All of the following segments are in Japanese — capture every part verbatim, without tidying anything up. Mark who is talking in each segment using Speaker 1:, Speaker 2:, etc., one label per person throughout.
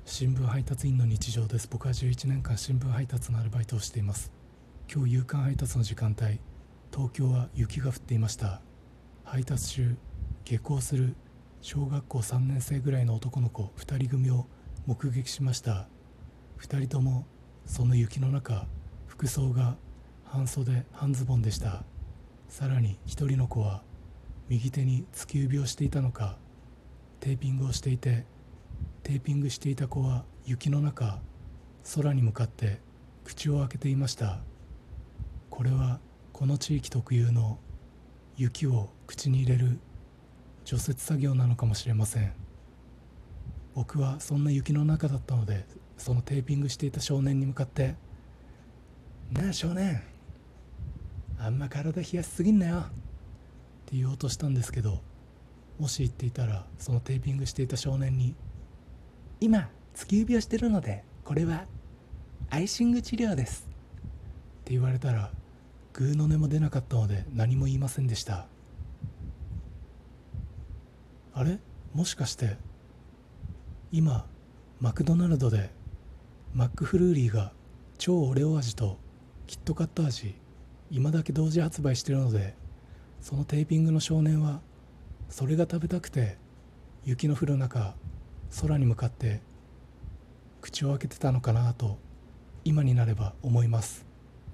Speaker 1: 新聞配達員の日常です。僕はじゅういちねんかん新聞配達のアルバイトをしています。今日夕刊配達の時間帯、東京は雪が降っていました。配達中、下校する小学校さんねん生ぐらいの男の子ふたり組を目撃しました。ふたりともその雪の中、服装が半袖半ズボンでした。さらにひとりの子は右手に突き指をしていたのか、テーピングをしていて、テーピングしていた子は雪の中、空に向かって口を開けていました。これはこの地域特有の雪を口に入れる除雪作業なのかもしれません。僕はそんな雪の中だったので、そのテーピングしていた少年に向かって、なあ少年、あんま体冷やしすぎんなよって言おうとしたんですけど、もし言っていたらそのテーピングしていた少年に、今突き指をしてるのでこれはアイシング治療ですって言われたら、グーの音も出なかったので何も言いませんでした。あれ、もしかして今マクドナルドでマックフルーリーが超オレオ味とキットカット味今だけ同時発売してるので、そのテーピングの少年はそれが食べたくて雪の降る中、空に向かって口を開けてたのかなと今になれば思います。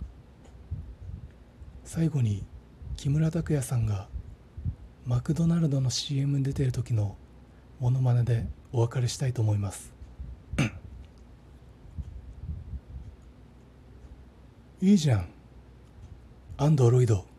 Speaker 1: 最後に木村拓哉さんがマクドナルドの シーエム に出ている時のモノマネでお別れしたいと思います。いいじゃん、アンドロイド。